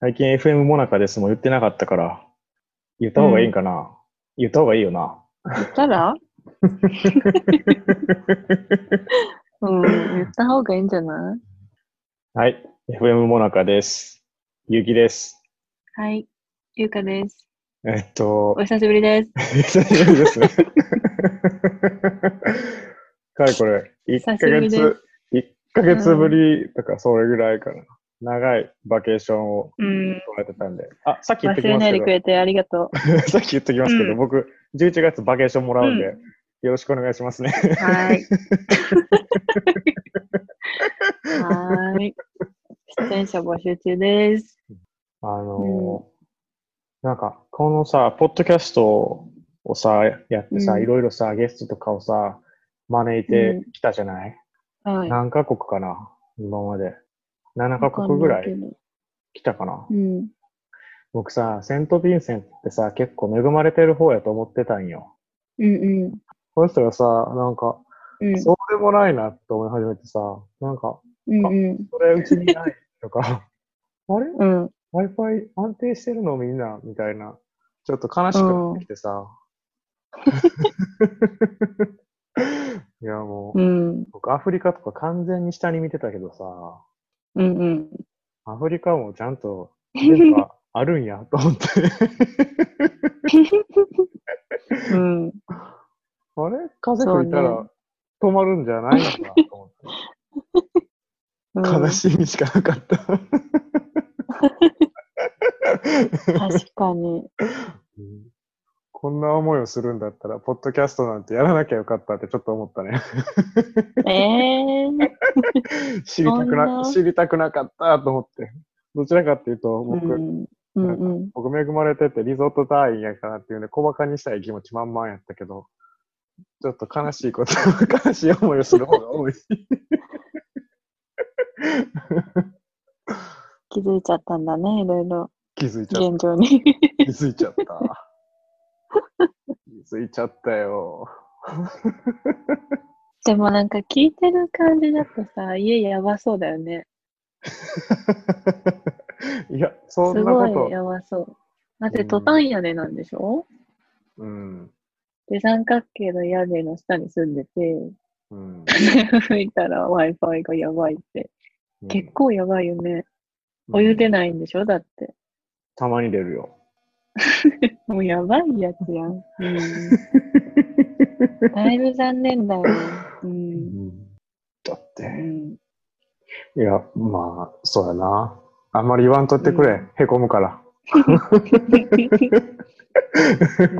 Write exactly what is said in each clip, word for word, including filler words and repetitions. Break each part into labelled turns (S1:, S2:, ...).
S1: 最近 エフエム モナカですも言ってなかったから、言った方がいいんかな、うん、言った方がいいよな。
S2: 言ったらうん、言った方がいいんじゃない？
S1: はい。エフエム モナカです。ゆうきです。
S2: はい。ゆうかです。
S1: えっと、
S2: お久しぶりです。
S1: 久しぶりですね。かれこれ、1
S2: 久しぶりです。
S1: ヶ月、いっかげつぶ
S2: うん。
S1: りとかそれぐらいかな。長いバケーションを
S2: うん。
S1: 捉えてたんで。あ、さっき言っとき
S2: 忘れない
S1: ますけど、
S2: でくれてありがと
S1: さっき言っときま
S2: う。
S1: すけど、
S2: うん。
S1: 僕、じゅういちがつバケーションもらうんで、
S2: うん。
S1: よろしくお願いしますね。
S2: はーい。はーい。出演者募集中です。
S1: あ
S2: うん。
S1: のー、なんか、このさ、ポッドキャストをさ、やってさ、い
S2: うん。
S1: ろいろさ、ゲストとかをさ、招い
S2: うん。
S1: てきたじゃない？
S2: はい。
S1: 何カ国かな今まで。ななカ
S2: わかん
S1: 国ぐらい
S2: ないけど。
S1: 来たかな。
S2: うん。
S1: 僕さ、セント・ヴィンセントってさ、結構恵まれてる方やと思ってたんよ。
S2: うんうん。
S1: この人がさ、なんか、
S2: うん。
S1: そうでもないなって思い始めてさ、なんか、
S2: うん
S1: あ、
S2: うん。
S1: それうちにないとか、あれ
S2: うん。
S1: ?Wi-Fi 安定してるのみんなみたいな。ちょっと悲
S2: う
S1: しくなってき
S2: ん。
S1: てさ。いやもう、
S2: うん。
S1: 僕アフリカとか完全に下に見てたけどさ、
S2: うんうん。
S1: アフリカもちゃんと電波あるんやと思って。
S2: うん。
S1: あれ風
S2: そうね。
S1: 吹いたら止まるんじゃないんだと思って。
S2: う
S1: 悲
S2: ん。
S1: しみしかなかった。
S2: 確かに。
S1: うん、こんな思いをするんだったら、ポッドキャストなんてやらなきゃよかったってちょっと思ったね。
S2: ええー、
S1: 知りたくな、
S2: そんな。
S1: 知りたくなかったと思って。どちらかっていうと、僕、
S2: うん。う
S1: なんか、
S2: んうん。
S1: 僕恵まれててリゾート隊員やからっていうんで小馬鹿にしたい気持ち満々やったけど、ちょっと悲しいこと、悲しい思いをする方が多い。
S2: 気づいちゃったんだね、いろいろ。
S1: 気づいちゃった。
S2: 現状に。
S1: 気づいちゃった。気づいちゃったよ。
S2: でもなんか聞いてる感じだとさ、家やばそうだよね。
S1: いや、そん
S2: すごい
S1: なこと。
S2: やばそう。だってトタ
S1: うん。
S2: ン屋根なんでしょ？
S1: うん。
S2: で、三角形の屋根の下に住んでて、
S1: うん。
S2: 吹いたら Wi-Fi がやばいって。
S1: うん。
S2: 結構やばいよね。お湯出
S1: うん。
S2: ないんでしょだって。
S1: たまに出るよ。
S2: もうやばいやつやん。うん。だいぶ残念だよ。う
S1: う
S2: ん。
S1: ん、だって。
S2: うん。
S1: いや、まあ、そうやな。あんまり言わんとってくれ。
S2: うん。
S1: へこむから。
S2: うん。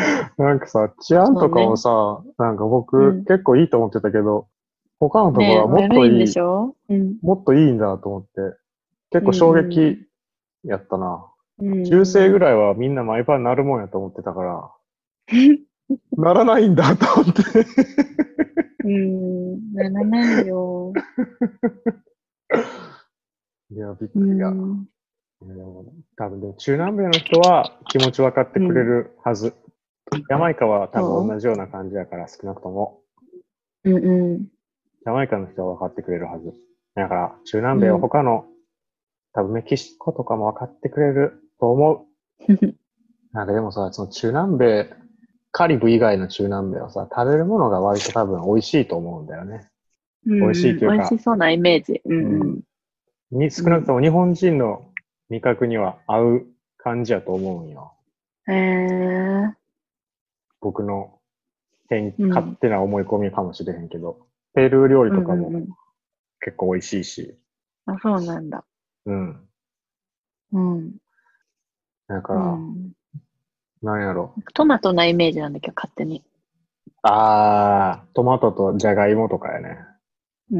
S1: なんかさ、治安とかも
S2: そうね。
S1: さ、なんか僕
S2: うん。
S1: 結構いいと思ってたけど、他のところ
S2: ねえ、
S1: はもっ
S2: 悪いんで
S1: といい、
S2: しょ？うん。
S1: もっといいんだと思って、結
S2: う
S1: 構衝
S2: んうん。
S1: 撃やったな。
S2: う
S1: 中世ぐ
S2: んうん。
S1: らいはみんなマイパーになるもんやと思ってたから、ならないんだと思って。
S2: うん、ならないよ。
S1: いや、びっ
S2: う
S1: くりや。
S2: ん。
S1: いやでも多分ね、中南米の人は気持ち分かってくれ
S2: うん。
S1: るはず。ジャマイカは多分
S2: そ
S1: 同じような感じやから、少なくとも。
S2: う？うんうん。
S1: ジャマイカの人は分かってくれるはず。だから、中南米は
S2: うん。
S1: 他の、多分メキシコとかも分かってくれると思う。なんかでもさ、その中南米、カリブ以外の中南米はさ、食べるものが割と多分美味しいと思うんだよね。美味しい
S2: うんうん。美味し
S1: というか、
S2: そうなイメージ。う
S1: うん。
S2: ん
S1: に、
S2: うん。
S1: 少なくとも日本人の味覚には合う感じやと思うんよ。
S2: うん。へえ。
S1: 僕の偏勝
S2: うん。
S1: 手な思い込みかもしれへんけど、ペルー料理
S2: う
S1: とかも
S2: んうんうん。
S1: 結構美味しいし、
S2: あ、そうなんだ。
S1: うん。
S2: うん。
S1: だか
S2: う
S1: ら、
S2: ん。
S1: なんやろ。
S2: トマトなイメージなんだけど、勝手に。
S1: あー、トマトとじゃがいもとかやね。
S2: うん。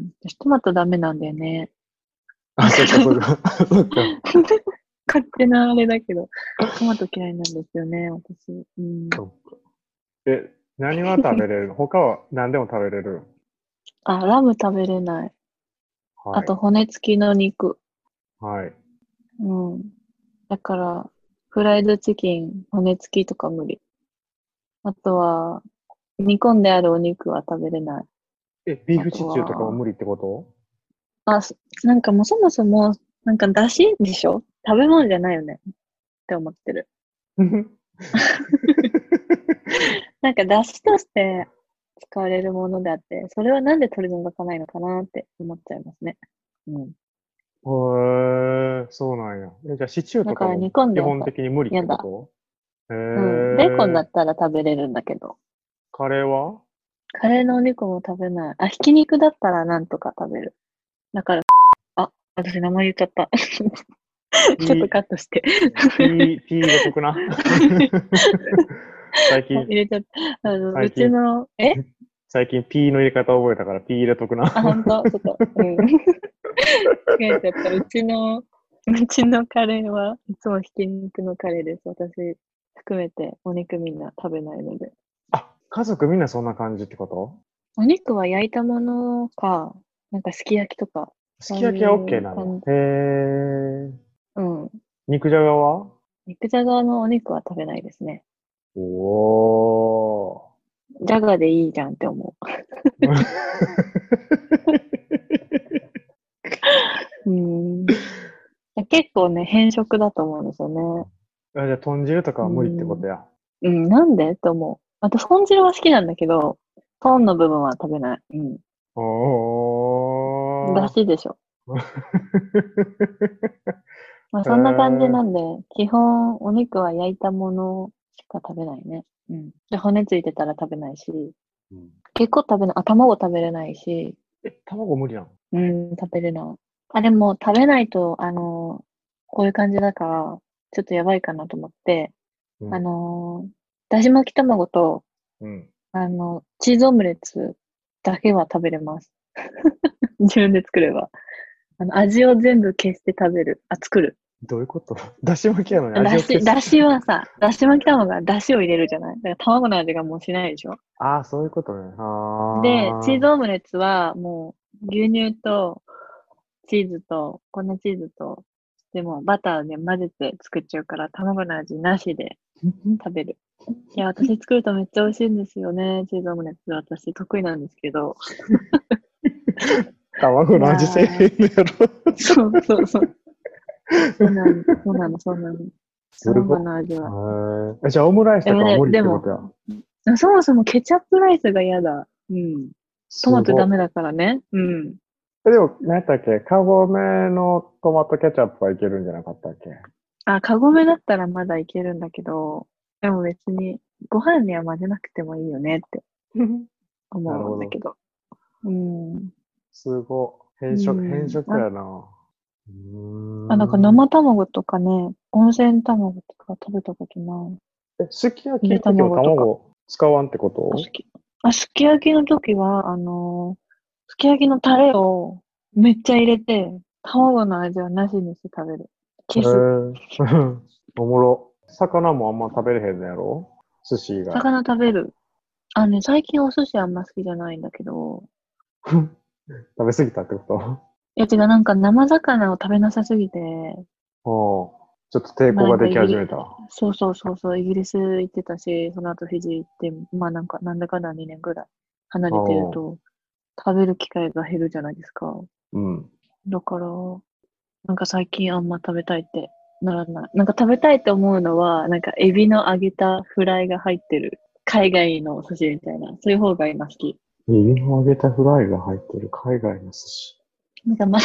S2: 私トマトダメなんだよね。
S1: あ、そっかそっか。そっか。
S2: 勝手なあれだけど、トマト嫌いなんですよね、私。うん。
S1: そっか。え、何は食べれる？他は何でも食べれる？
S2: あ、ラム食べれない。あ
S1: はい。
S2: と骨付きの肉。
S1: はい。
S2: うん。だから、フライドチキン、骨付きとか無理。あとは、煮込んであるお肉は食べれない。
S1: え、ビー
S2: あと
S1: フシチューとかも
S2: は、
S1: 無理ってこと？
S2: あ、すなんかもうそもそもなんか出汁でしょ？食べ物じゃないよねって思ってる。なんか出汁として使われるものであって、それはなんで取り除かないのかなって思っちゃいますね。うん。
S1: へえ、そうなんや。え、じゃあシチュー
S2: だから
S1: とかも
S2: 煮込んではさ、
S1: 基本的に無理っ
S2: やだ。
S1: てこと？へ
S2: うん。ベーコンだ
S1: え、
S2: ったら食べれるんだけど、
S1: カレーは？
S2: カレーのお肉も食べない。あ、ひき肉だったらなんとか食べる。だから、あ、私名前言っちゃった。ちょっと
S1: ピ
S2: カットして。
S1: ー、ピー、ピー入れとくな。最近、
S2: 入れちゃった。あの、うち
S1: 最近、
S2: の、え
S1: 最近ピーの入れ方覚えたからピー入れとくな。
S2: あ、本当ちょっと、うん。間違えちゃった。うちの、うちのカレーはいつもひき肉のカレーです。私含めてお肉みんな食べないので。
S1: あ、家族みんなそんな感じってこと？
S2: お肉は焼いたものか、なんかすき焼きとか、そう
S1: すき焼きは
S2: い
S1: OK
S2: う
S1: なんや。
S2: 感じ。
S1: へえ。
S2: うん。
S1: 肉じゃがは？
S2: 肉じゃがのお肉は食べないですね。
S1: おー。
S2: ジャガでいいじゃんって思う。うん。結構ね、変色だと思うんですよね。
S1: あ、じゃあ豚汁とか
S2: う
S1: は無理ってこ
S2: ん。
S1: とや。
S2: うん、なんでって思う。あと、豚汁は好きなんだけど、トンの部分は食べない。うん。だ
S1: おー。
S2: しでしょ。まあ、そんな感じなんで、基本、お肉は焼いたものしか食べないね。うん。で、骨ついてたら食べないし、
S1: うん、
S2: 結構食べない。あ、卵食べれないし、
S1: え、卵無理なの？
S2: うん、食べれない。あ、でも、食べないと、あの、こういう感じだから、ちょっとやばいかなと思って、あ
S1: うん。
S2: の、だし巻き卵と、
S1: うん。
S2: あの、チーズオムレツだけは食べれます。自分で作れば。あの、味を全部消して食べる。あ、作る。
S1: どういうこと？だし巻きやのに味
S2: だし、
S1: を消す。
S2: だしはさ、だし巻き卵がだしを入れるじゃないだから卵の味がもうしないでしょ？
S1: ああ、そういうことね。
S2: で、チーズ
S1: あ
S2: オムレツはもう牛乳とチーズと粉チーズと、でもバターで混ぜて作っちゃうから卵の味なしで食べる。いや、私作るとめっちゃ美味しいんですよね。チーズオムレツ私得意なんですけど。
S1: あ。卵
S2: いや
S1: の味せえへ
S2: ー、
S1: んのやろ。
S2: そうそうそう。そうなの、そうなの、そうなの。
S1: すご
S2: 卵の味は。
S1: い。へえ。え、じゃあオムライス
S2: でもね、
S1: とかは無理っ
S2: でも、
S1: てことや。
S2: そもそもケチャップライスが嫌だ。うん。トマトダ
S1: すご
S2: メだからね。うん。
S1: い。え、でも、何やったっけ？カゴメのトマトケチャップはいけるんじゃなかったっけ？
S2: あ、カゴメだったらまだいけるんだけど、でも別にご飯には混ぜなくてもいいよねって思
S1: なるほど。
S2: うんだけど。うん。
S1: すごい。
S2: う
S1: 変色、変
S2: ん。あ、
S1: 色やな。うー
S2: あ、なんか
S1: ん。
S2: 生卵とかね、温泉卵とか食べたことない。
S1: え、すき焼き
S2: ゆで
S1: の時も
S2: 卵とか。
S1: 卵使わんってこ
S2: あ、好
S1: と？
S2: き。あ、すき焼きの時は、あのーすき焼きのタレをめっちゃ入れて、卵の味はなしにして食べる。
S1: へ
S2: 消す。
S1: え。おもろ。魚もあんま食べれへんのやろ？寿司以外。
S2: 魚食べる。あ、ね、最近お寿司あんま好きじゃないんだけど、
S1: 食べ過ぎたってこ
S2: いや違う、なんか生魚を食べなさすぎて、
S1: と？おう。ちょっと抵
S2: まあな
S1: 抗ができ
S2: んかイギリ、
S1: 始めた。
S2: そうそうそうそう、イギリス行ってたし、その後フィジー行って、まあなんか、なんだかんだにねんぐらい離れてる
S1: お
S2: と、食べる機会が減るじゃないですか。
S1: う。うん。
S2: だから、なんか最近あんま食べたいってならない。なんか食べたいって思うのは、なんかエビの揚げたフライが入ってる海外のお寿司みたいな、そういう方が今好き。
S1: エビの揚げたフライが入ってる海外の寿司。
S2: なんかま、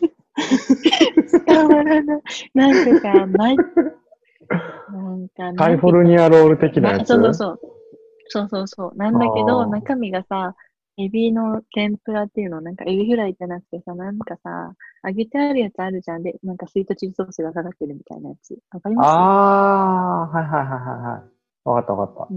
S2: 伝わらない。なんかさ、ま、なんか、
S1: カリ
S2: なんて言っ
S1: フォルニア
S2: たらいいんだろう。なんか、
S1: ロール的なや
S2: な、
S1: つ？あ
S2: そうそうそう。そうそうそう。なんだけど、
S1: あ。
S2: 中身がさ、エビの天ぷらっていうの、なんかエビフライじゃなくてさ、なんかさ、揚げてあるやつあるじゃん。で、なんかスイートチリソースがかかってるみたいなやつ。わかり
S1: あ
S2: ます？
S1: あ、はいはいはいはいはい。わかったわかっ
S2: うん、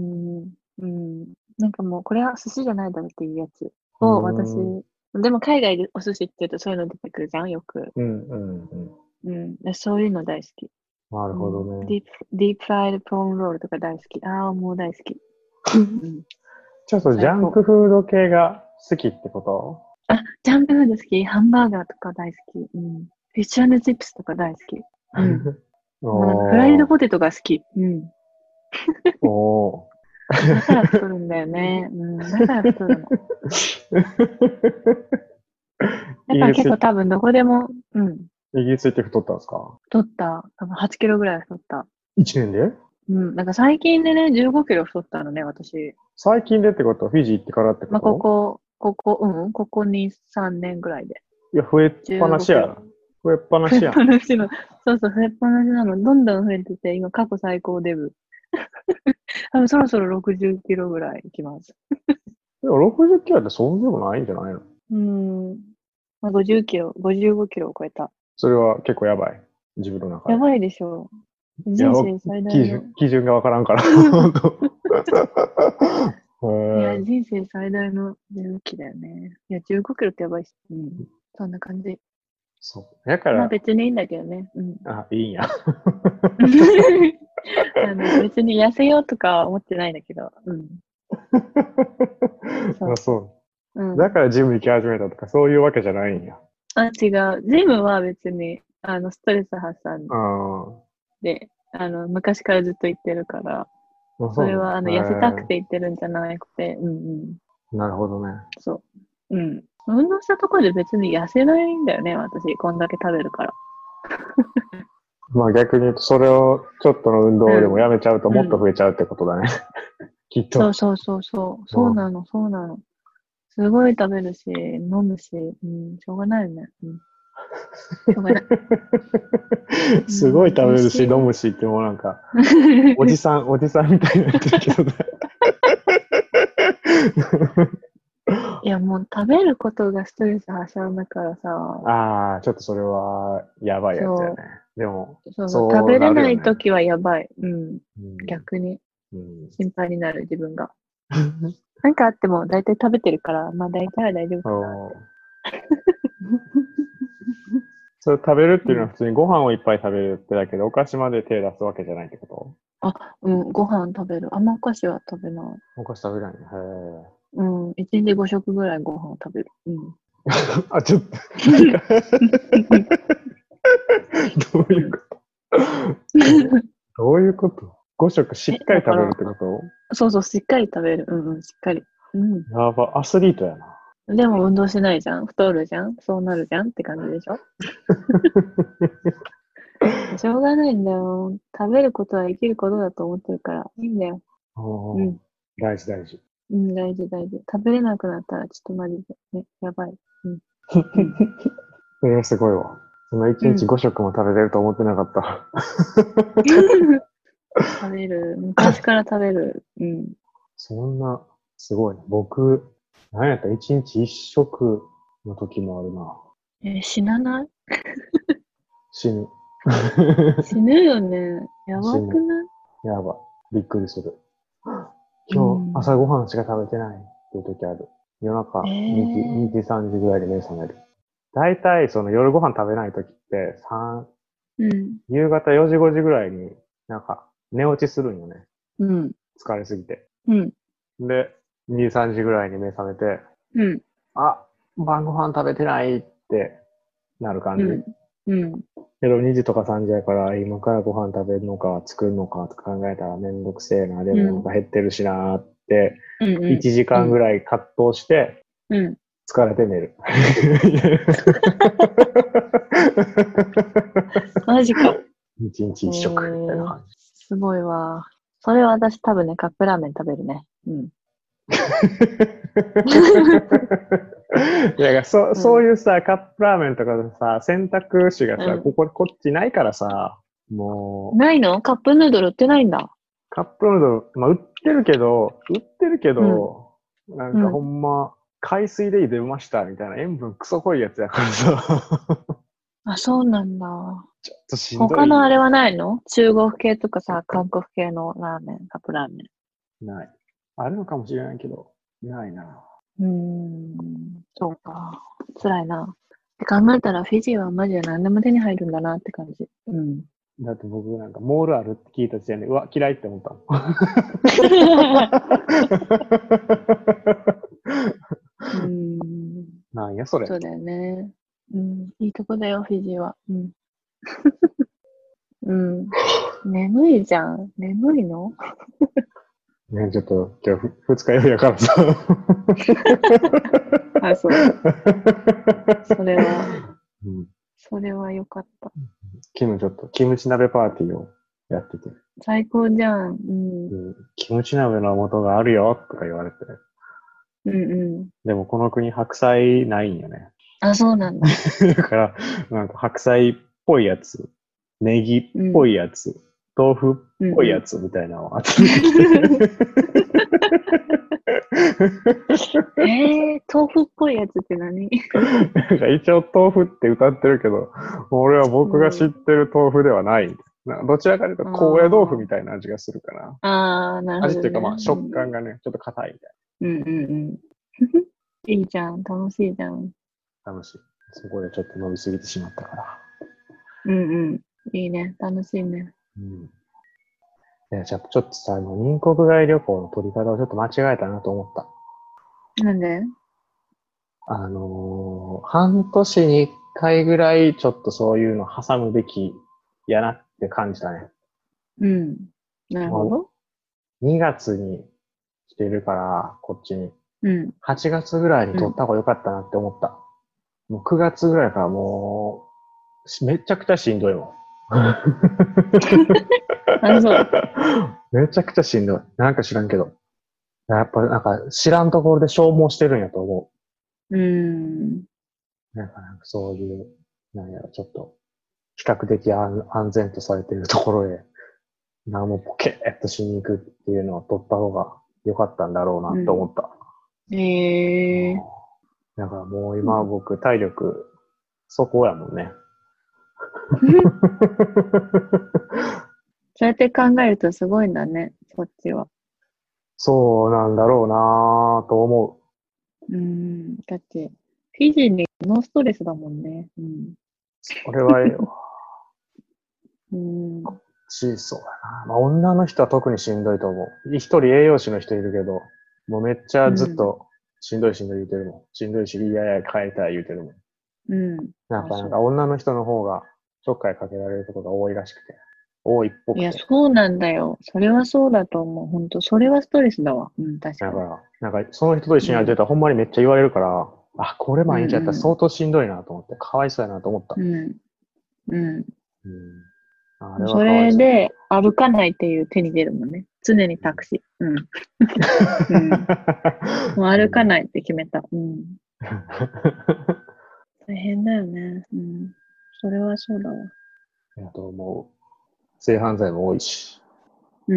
S2: うん。なんかもう、これは寿司じゃないだろっていうやつ
S1: た。う
S2: を私、
S1: ーん。
S2: でも海外でお寿司って言うとそういうの出てくるじゃん、よく。
S1: うんうんうん。
S2: うん。でそういうの大好き。
S1: なる
S2: うん。
S1: ほどね。
S2: ディープ、ディープフライドプローンロールとか大好き。ああ、もう大好き。うん。
S1: ちょっとジャン
S2: 最高。
S1: クフード系が好きってこと？
S2: あ、ジャンクフード好き。ハンバーガーとか大好き。うん。フィッシュチップスとか大好き。うん。もうなんかフライド
S1: おー、
S2: ポテトが好き。うん。
S1: お
S2: だから太るんだよね。うん。だから太るの。
S1: ー。
S2: だから
S1: イギリス、
S2: 結構多分どこでも、うん。
S1: イギリス行って太ったんですか？
S2: 太った。多分はちキロぐらい太った。
S1: いちねんで？
S2: うん。なんか最近でね、じゅうごキロ太ったのね、私。
S1: 最近でってことはフィジー行ってからってこ
S2: まあ、こ
S1: と？
S2: こ、ここ、うん、ここに、さんねんぐらいで。
S1: いや、増えっぱ
S2: 15キロ。
S1: なしや。増えっぱな
S2: 増えっ
S1: しやん。
S2: ぱなしの、そうそう、増えっぱなしなの。どんどん増えてて、今過去最高デブ。多分そろそろろくじゅっキロぐらいいきます。
S1: でもろくじゅっキロってそんでもないんじゃないの？
S2: うん。まあ、ごじゅっキロ、ごじゅうごキロを超えた。
S1: それは結構やばい。自分の中で。
S2: やばいでしょ。
S1: いや、
S2: 人生最大の。
S1: 基準、基準がわからんから。本当。
S2: いや、
S1: へえ。
S2: 人生最大の勇気だよね。いや、じゅうごキロってやばいし。うん。そんな感じ。
S1: そう。だか
S2: まあ
S1: ら、
S2: 別にいいんだけどね。うん。
S1: あ、いいんや。
S2: あの、別に痩せようとかは思ってないんだけど。うん。そ
S1: あ、
S2: うそ
S1: そう。
S2: う。うん。
S1: だからジム行き始めたとか、そういうわけじゃないんや。
S2: あ、違う。ジムは別に、あの、ストレス発散
S1: ああ。
S2: で、あの、昔からずっと言ってるから、
S1: あ、
S2: それは、あの、痩せたく
S1: そうなの。へ
S2: て言ってるんじゃなくて、うんうん。
S1: え。なるほどね。
S2: そう。うん。運動したところで別に痩せないんだよね、私。こんだけ食べるから。
S1: まあ逆に言うと、それをちょっとの運動でも
S2: うん。
S1: やめちゃうともっと
S2: うん。
S1: 増えちゃうってことだね。きっと。
S2: そうそうそうそう。
S1: うん。
S2: そうなの、そうなの。すごい食べるし、飲むし、うん、しょうがないよね。うん。しょうがない。う
S1: すごい
S2: ん、美味
S1: 食べるし、飲
S2: しい。
S1: むしってもうなんか、おじさん、おじさんみたいになってるけどね。
S2: いや、もう食べることがストレス発散だからさ、
S1: ああ、ちょっとそれはやばいやつやね。
S2: そ
S1: でも、
S2: う、そうそう、食
S1: そう
S2: べれ
S1: なるよね。
S2: ないときはやばい。うん、
S1: うん。
S2: 逆に
S1: うん。
S2: 心配になる自分が。なんかあっても大体食べてるから、まあ大体は大丈夫かなって。
S1: そう。それ食べるっていうのは
S2: うん。
S1: 普通にご飯をいっぱい食べるってだけで、お菓子まで手出すわけじゃないってこと？
S2: あ、うん、ご飯食べる。あんまお菓子は食べない。
S1: お菓子食べないね。へえ。
S2: うん、一日ご食ぐらいご飯を食べる。うん。
S1: あ、ちょっと、なんかどういうこと？どういうこと？ ご 食しっ
S2: え、
S1: かり食べる
S2: だから、
S1: ってこ
S2: そうそう、しっかり食べる。うんうん、しっかり。うん。
S1: と？やば、アスリートやな。
S2: でも運動しないじゃん。太るじゃん。そうなるじゃんって感じでしょ。しょうがないんだよ。食べることは生きることだと思ってるから、いいんだよ。う
S1: おー、
S2: ん。
S1: 大事大事。
S2: うん、大事大事。食べれなくなったらちょっとマジでね、やばい。うん。うん。
S1: それはすごいわ。そのいちにち
S2: うん。
S1: ご食も食べれると思ってなかった。
S2: 食べる。昔から食べる。うん。
S1: そんな、すごいな。僕、なんやったらいちにちいち食の時もあるな。
S2: えー死なない？
S1: 死ぬ。
S2: 死ぬよね。やば
S1: 死ぬ。
S2: くない？
S1: やば。びっくりする。
S2: う
S1: 今日朝
S2: ん。
S1: ごはんしか食べてないっていう時ある。夜中
S2: え
S1: にじ、2
S2: ー、
S1: 時、さんじぐらいで目覚める。だいたいその夜ご飯食べない時ってさん、
S2: うん。
S1: 夕方よじごじぐらいになんか寝落ちするんよね。
S2: うん。
S1: 疲れすぎて。
S2: うん。
S1: で、にじ、さんじぐらいに目覚めて、
S2: うん。
S1: あ、晩ご飯食べてないってなる感じ。
S2: うん。うん。
S1: けどにじとかさんじやから今からご飯食べるのか作るのかとか考えたらめんどくせえな。でもお
S2: うん。
S1: 腹減ってるしなーって
S2: うん。うん。
S1: いちじかんぐらい葛藤して
S2: うん。
S1: 疲れて寝る。
S2: マジか。
S1: 一日
S2: え
S1: 一食みたいな
S2: ー、
S1: 感じ。
S2: すごいわ。それは私多分ね、カップラーメン食べるね。うん。
S1: いや、そ、
S2: うん。
S1: そういうさ、カップラーメンとかでさ、選択肢がさ、
S2: うん。
S1: ここ、こっちないからさ、もう、
S2: ないの？カップヌードル売ってないんだ。
S1: カップヌードル、まあ、売ってるけど、売ってるけ
S2: うん。
S1: ど、なんかほ
S2: うん。
S1: んま、海水で茹でましたみたいな塩分クソ濃いやつやからさ、
S2: あ、そうなんだ。
S1: ちょっとしんどいよ。
S2: 他のあれはないの？中国系とかさ、韓国系のラーメン、カップラーメ
S1: ない。あるのかもしれないけど、ないな。
S2: ン。うーん。そうか。辛いな。って考えたらフィジーはマジで何でも手に入るんだなって感じ。うん。
S1: だって僕なんかモールあるって聞いた時点で、うわ、嫌いって思ったもん。
S2: うーん。
S1: なんやそれ。
S2: そうだよね。うん。いいとこだよ、フィジーは。うん。うん。眠いじゃん。眠いの？
S1: ね、ちょっと今日ふ二日酔いやからさ。
S2: あ、そう。それは、
S1: うん、
S2: そそれはよかった。
S1: キムちょっと、キムチ鍋パーティーをやってて。
S2: 最高じゃん。うん。
S1: うん、キムチ鍋の素があるよとか言われて。
S2: うんうん。
S1: でもこの国白菜ないんよね。
S2: あ、そうなんだ。
S1: だから、なんか白菜っぽいやつ、ネギっ
S2: うん。
S1: ぽいやつ、豆腐っぽいや
S2: うんうん。
S1: つみたいなのを集めてきて。
S2: えー、豆腐っぽいやつって何？
S1: なんか一応豆腐って歌ってるけど、俺は僕が知っ
S2: うん。
S1: てる豆腐ではない。などちらかというと
S2: あ
S1: 高野豆腐
S2: ー
S1: みたいな味がするかな。
S2: あー、なるほ
S1: 味っていうかまあ
S2: どね。う
S1: 食感
S2: ん。
S1: がね、ちょっと硬いみたい
S2: うんうんうん。いいじゃん。楽しいじゃん。
S1: な。楽しい。そこでちょっと伸びすぎてしまったから。
S2: うんうん。いいね。楽しいね。
S1: うん。いや、じゃあちょっとさ、あの、入国外旅行の取り方をちょっと間違えたなと思った。
S2: なんで？
S1: あのー半年に一回ぐらいちょっとそういうの挟むべきやなって感じたね。
S2: うん。なるほ
S1: も
S2: ど。
S1: うにがつに来てるから、こっちに。
S2: うん。
S1: はちがつぐらいに
S2: うん。
S1: 取った方が良かったなって思った。もうくがつぐらいからもう、しめちゃくちゃしんどいもん。
S2: あ、そう。
S1: めちゃくちゃしんどい。なんか知らんけど。やっぱなんか知らんところで消耗してるんやと思
S2: うーん。
S1: う。なんかなんかそういう、なんやろ、ちょっと、比較的安安全とされているところへ、なんもポケーっとしに行くっていうのを取った方が良かったんだろうなって思
S2: う
S1: った。
S2: ん。ええ
S1: だからもう
S2: ー。
S1: 今僕体力、そこやもんね。
S2: そうやって考えるとすごいんだね、そっちは。
S1: そうなんだろうなぁと思
S2: うーん。だって、フィジーにノーストレスだもんね。うん。
S1: う。俺はええわ。
S2: うーん。
S1: し、そうだな。まあ、女の人は特にしんどいと思う。一人栄養士の人いるけど、もうめっちゃ
S2: うん。
S1: ずっとしんどいしんどい言うてるもん。しんどいし、いやいや変えたい言うてるもん。
S2: うん。あ、
S1: やっぱなんか
S2: そ
S1: 女の人の方がちょっかいかけられることが多いらしくて。多いっぽ
S2: う。いや、
S1: くて。
S2: そうなんだよ。それはそうだと思う。本当それはストレスだわ。うん、確かに。
S1: だから、なんかその人と一緒にやって
S2: うん。
S1: たらほんまにめっちゃ言われるから、あ、これ
S2: うん
S1: 毎日やったら
S2: うん。
S1: 相当しんどいなと思って、かわいそうやなと思った。
S2: うん。う
S1: うん。あ
S2: ん。
S1: れは
S2: そ
S1: かわいそう。
S2: れで、歩かないっていう手に出るもんね。常にタクシー。うん。うん。もう歩かないって決めた。うん。大変だよね。うん。それはそうだわ。
S1: いやと思う。性犯罪も多いし。
S2: うん。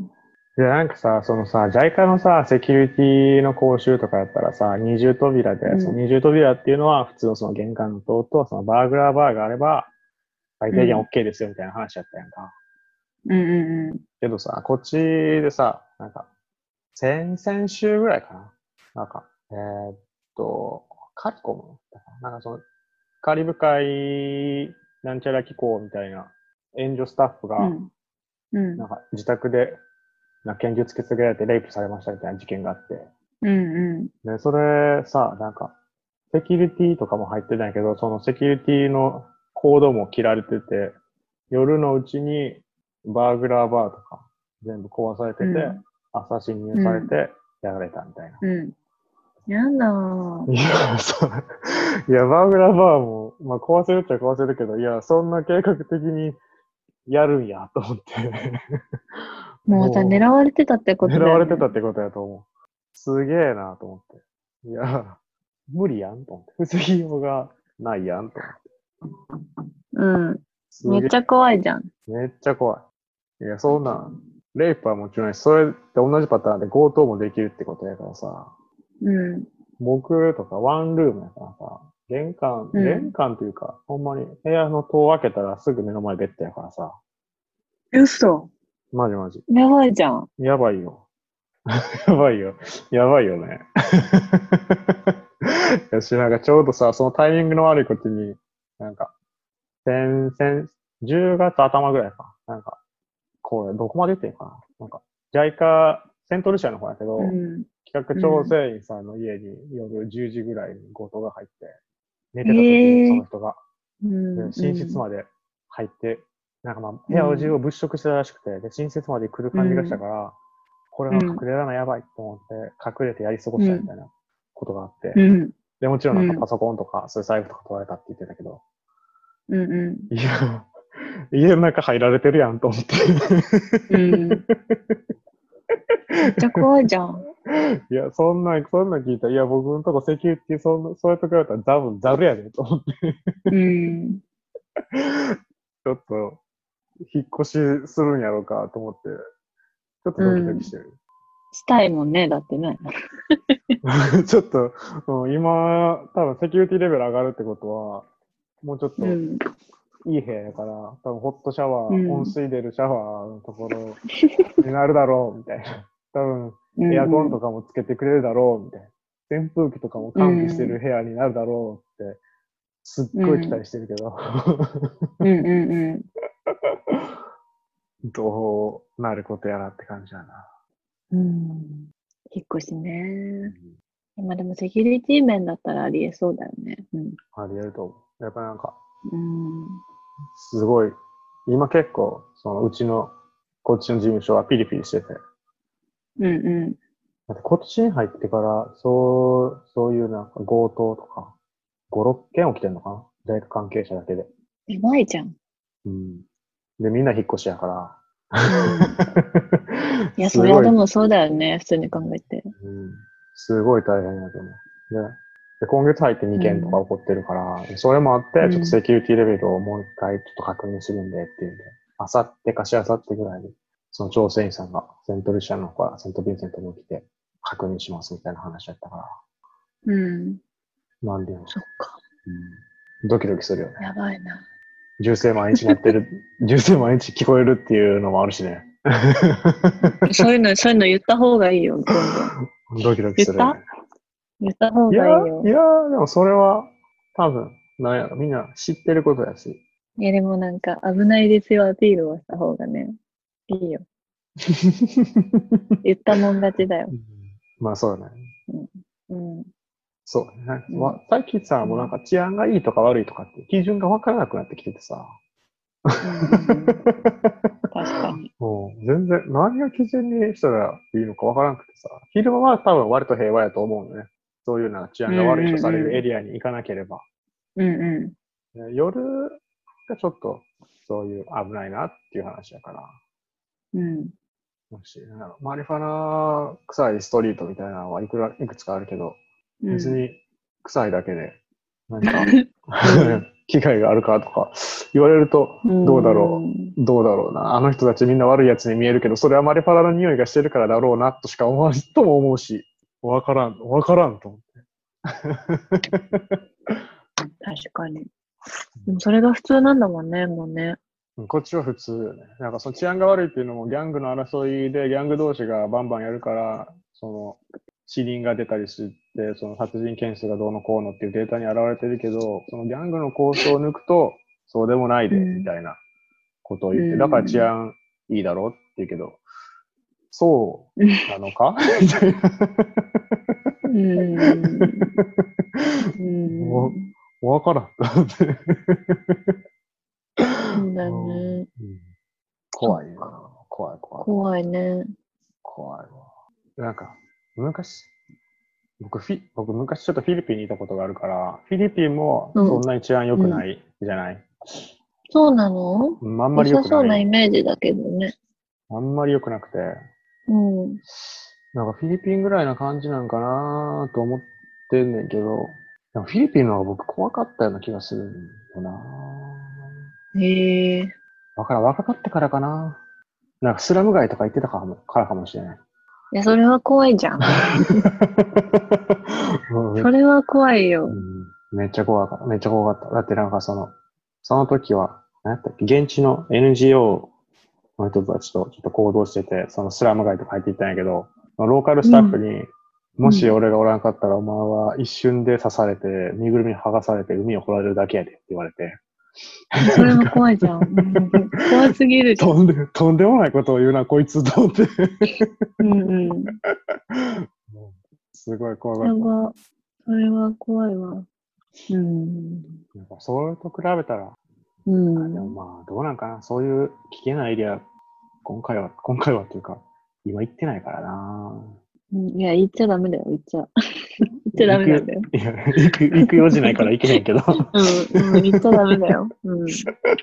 S1: で、なんかさ、そのさ、ジャイカ のさ、セキュリティの講習とかやったらさ、二重扉で、その
S2: うん。
S1: 二重扉っていうのは普通のその玄関の戸と、そのバーグラーバーがあれば、最低限
S2: うん。
S1: OK ですよみたいな話やったやんか。
S2: うんうんうん。
S1: けどさ、こっちでさ、なんか、先々週ぐらいかな。なんか、えーっと、カリコムだかななんかその、カリブ海なんちゃら機構みたいな援助スタッフが、
S2: うん。うん。
S1: なんか自宅で、なんか拳銃突きつけられてレイプされましたみたいな事件があって。
S2: うん。
S1: で、それさ、なんか、セキュリティとかも入ってないけど、そのセキュリティのコードも切られてて、夜のうちにバーグラーバーとか全部壊されてて、
S2: うん。
S1: 朝侵入
S2: うん。
S1: されてやられたみたいな。
S2: うん。やだー。
S1: いや、そう。いや、バーグラーバーも、まあ壊せるっちゃ壊せるけど、いや、そんな計画的にやるんや、と思って。
S2: もうさ、狙
S1: も
S2: われてたって
S1: う、狙われて
S2: ことだよね。
S1: たってことやと思う。すげえな、と思って。いや、無理やん、と思って。防ぎようがないやん、と思って。
S2: うん。
S1: すげえ、
S2: めっちゃ怖いじゃん。
S1: めっちゃ怖い。いや、そんなん、レイプはもちろんないし、それって同じパターンで強盗もできるってことやからさ、
S2: うん。
S1: 僕とかワンルームやからさ、玄関、
S2: うん。
S1: 玄関というか、ほんまに部屋の戸を開けたらすぐ目の前ベッドやからさ、
S2: 嘘。
S1: マジマジ。
S2: やばいじゃん。
S1: やばいよ。やばいよ。やばいよね。やし、なんかちょうどさ、そのタイミングの悪いことに、なんか、先、先、じゅうがつ頭ぐらいか。なんか、これ、どこまで言ってんのかななんか、ジャイカ、セントルシアの方やけど、
S2: うん。
S1: 企画
S2: うん。
S1: 調整員さんの家に夜じゅうじぐらいに強盗が入って、寝てた時にそ
S2: ええ
S1: の人が、
S2: ー。う
S1: で
S2: ん。う
S1: 寝室
S2: ん。
S1: まで入って、なんかまあ、部
S2: うん。
S1: 屋中を物色してたらしくて、で、寝室まで来る感じがした
S2: うん。
S1: から、これは
S2: うん。
S1: 隠れらなやばいと思って、隠れてやり過ごし
S2: うん。
S1: たみたいなことがあって、
S2: うん。
S1: で、もちろんなんか
S2: うん。
S1: パソコンとか、そういう財布とか取られたって言ってたけど、
S2: うんう
S1: いや、家の中入られてるやんと思って。
S2: ん。うん。めっちゃ怖いじゃん。
S1: いや、そんな、そんなん聞いたら、いや、僕のとこセキュリティ、そんな、そういうとこやったらザブ、ザルやで、と思って。
S2: うん。
S1: ちょっと、引っ越しするんやろうか、と思って、ちょっと
S2: う
S1: ドキドキし
S2: ん。
S1: てる。
S2: したいもんね、だってね。
S1: ちょっと、うん今、多分セキュリティレベル上がるってことは、もうちょっと
S2: うん。
S1: いい部屋やから、多分ホットシャワー、温
S2: うん。
S1: 水出るシャワーのところになるだろう、みたいな。多分、
S2: う
S1: エアコン
S2: ん。
S1: とかもつけてくれるだろう、みたいな。扇風機とかも
S2: う
S1: 完備してる
S2: ん。
S1: 部屋になるだろうって、すっごい期
S2: うん。
S1: 待してるけど、
S2: うん。うん。うん。
S1: どうなることやらって感じやな。
S2: うん。引っ越しね。
S1: うん
S2: まあでもセキュリティ面だったらありえそうだよね。うん。
S1: ありえると思う。やっぱなんか、
S2: うん。
S1: すごい、今結構、そのうちの、こっちの事務所はピリピリしてて、
S2: うんう
S1: だって今年に入ってから、そう、そういうなんか強盗とか、ご、ろっけん起きてんのかな大学関係者だけで。
S2: ん。やばいじゃん。
S1: うん。で、みんな引っ越しやから。
S2: うん。いや、そ
S1: すごい、
S2: りゃでもそうだよね。普通に考えて。
S1: うん、すごい大変だと思う。で、で今月入ってにけんとか
S2: うん。
S1: 起こってるから、それもあって、ちょっと
S2: うん。
S1: セキュリティレベルをもう一回ちょっと確認するんでっていうんで、あさってかしあさってぐらいに、その調整員さんがセントルシアの方からセントヴィンセントに来て確認しますみたいな話だったから、
S2: うん。
S1: なんでよ、
S2: そっか。
S1: うん、ドキドキするよね。
S2: やばいな。
S1: 銃声毎日鳴ってる、銃声毎日聞こえるっていうのもあるしね。
S2: そういうの、そういうの言った方がいいよ、どんどん。
S1: ドキドキ
S2: 言った
S1: するよね。
S2: 言った方
S1: いや、
S2: がいいよ。
S1: いや、でもそれは多分、なんやろ、みんな知ってることやし。
S2: いや、でもなんか、危ないですよ、アピールをした方がね、いいよ。言ったもん勝ちだよ。
S1: まあそうだね。
S2: うん。うん。
S1: そうね。
S2: うん。
S1: わ最近さ、
S2: うん。
S1: もうなんか治安がいいとか悪いとかって基準がわからなくなってきててさ。
S2: うん。うん。確かに。
S1: もう全然何が基準にしたらいいのかわからなくてさ。昼間は多分割と平和やと思うのね。そういうな治
S2: うん。
S1: 安が悪いとされ
S2: うん。
S1: るエリアに行かなければ。
S2: うん。うん。
S1: ね夜がちょっとそういう危ないなっていう話だから。
S2: うん。
S1: もし、なんだろうマリファナ臭いストリートみたいなのはいくら、いくつかあるけど、
S2: うん。
S1: 別に臭いだけで何か
S2: うん。
S1: 危害があるかとか言われると
S2: う
S1: どうだろ
S2: ん。
S1: う、どうだろうな。あの人たちみんな悪い奴に見えるけど、それはマリファナの匂いがしてるからだろうなとしか思わんとも思うし、わからん、わからんと思って。
S2: 確かに。でもそれが普通なんだもんね、もうね。
S1: こっちは普通よね。なんかその治安が悪いっていうのもギャングの争いでギャング同士がバンバンやるから、その死人が出たりして、その殺人件数がどうのこうのっていうデータに現れてるけど、そのギャングの構想を抜くと、そうでもないで、み
S2: うん。
S1: たいなことを
S2: う
S1: 言って、だから治
S2: ん。
S1: 安いいだろうって言うけど、そ
S2: うん。
S1: うなのかみたいな。
S2: うん。う
S1: も
S2: ん。
S1: う、わからんと思って。
S2: そうだ
S1: うん
S2: ね。そっ
S1: 怖いよ。
S2: か。
S1: 怖い怖い。
S2: 怖いね。
S1: 怖いわ。なんか、昔、僕フィ、僕昔ちょっとフィリピンにいたことがあるから、フィリピンも
S2: うん。
S1: そんなに治安良く
S2: うん。
S1: ないじゃない。
S2: そうなの？
S1: うんあんま
S2: 良
S1: り良くない。
S2: さそうなイメージだけどね。
S1: あんまり良くなくて、
S2: うん。
S1: なんかフィリピンぐらいな感じなんかなと思ってんねんけど、なんかフィリピンの方が僕怖かったような気がするんよな。
S2: へえ。
S1: わからん、若かってからかな。なんかスラム街とか行ってたからもからかもしれない。
S2: いや、それは怖いじゃん。
S1: うんめ
S2: それは怖いよ。
S1: うんめっちゃ怖かった。めっちゃ怖かった。だってなんかその、その時は、何やったっけ、現地の エヌジーオー の人たちとちょっと行動してて、そのスラム街とか入っていったんやけど、ローカルスタッフ
S2: うん。
S1: に、
S2: うん。
S1: もし俺がおらんかったらお前は一瞬で刺されて、身ぐるみ剥がされて海を掘られるだけやでって言われて、
S2: いや、それは
S1: なんか
S2: 怖いじゃん。うん怖すぎるじゃん。
S1: とんで、とんでもないことを言うな、こいつと思って。
S2: うんうん。
S1: すごい怖かった。
S2: やば。それは怖いわ。うん。
S1: なんかそれと比べたら、
S2: う
S1: あでも
S2: ん。
S1: まあ、どうなんかな。そういう危険なエリア、今回は、今回はっていうか、今行ってないからな。
S2: うんいや、言っちゃダメだよ、言っちゃ。 ちゃダメなんだよ。
S1: いや、行く、行く用事ないから行けへんけど。
S2: うん、うん、言っちゃダメだよ。うん。うん、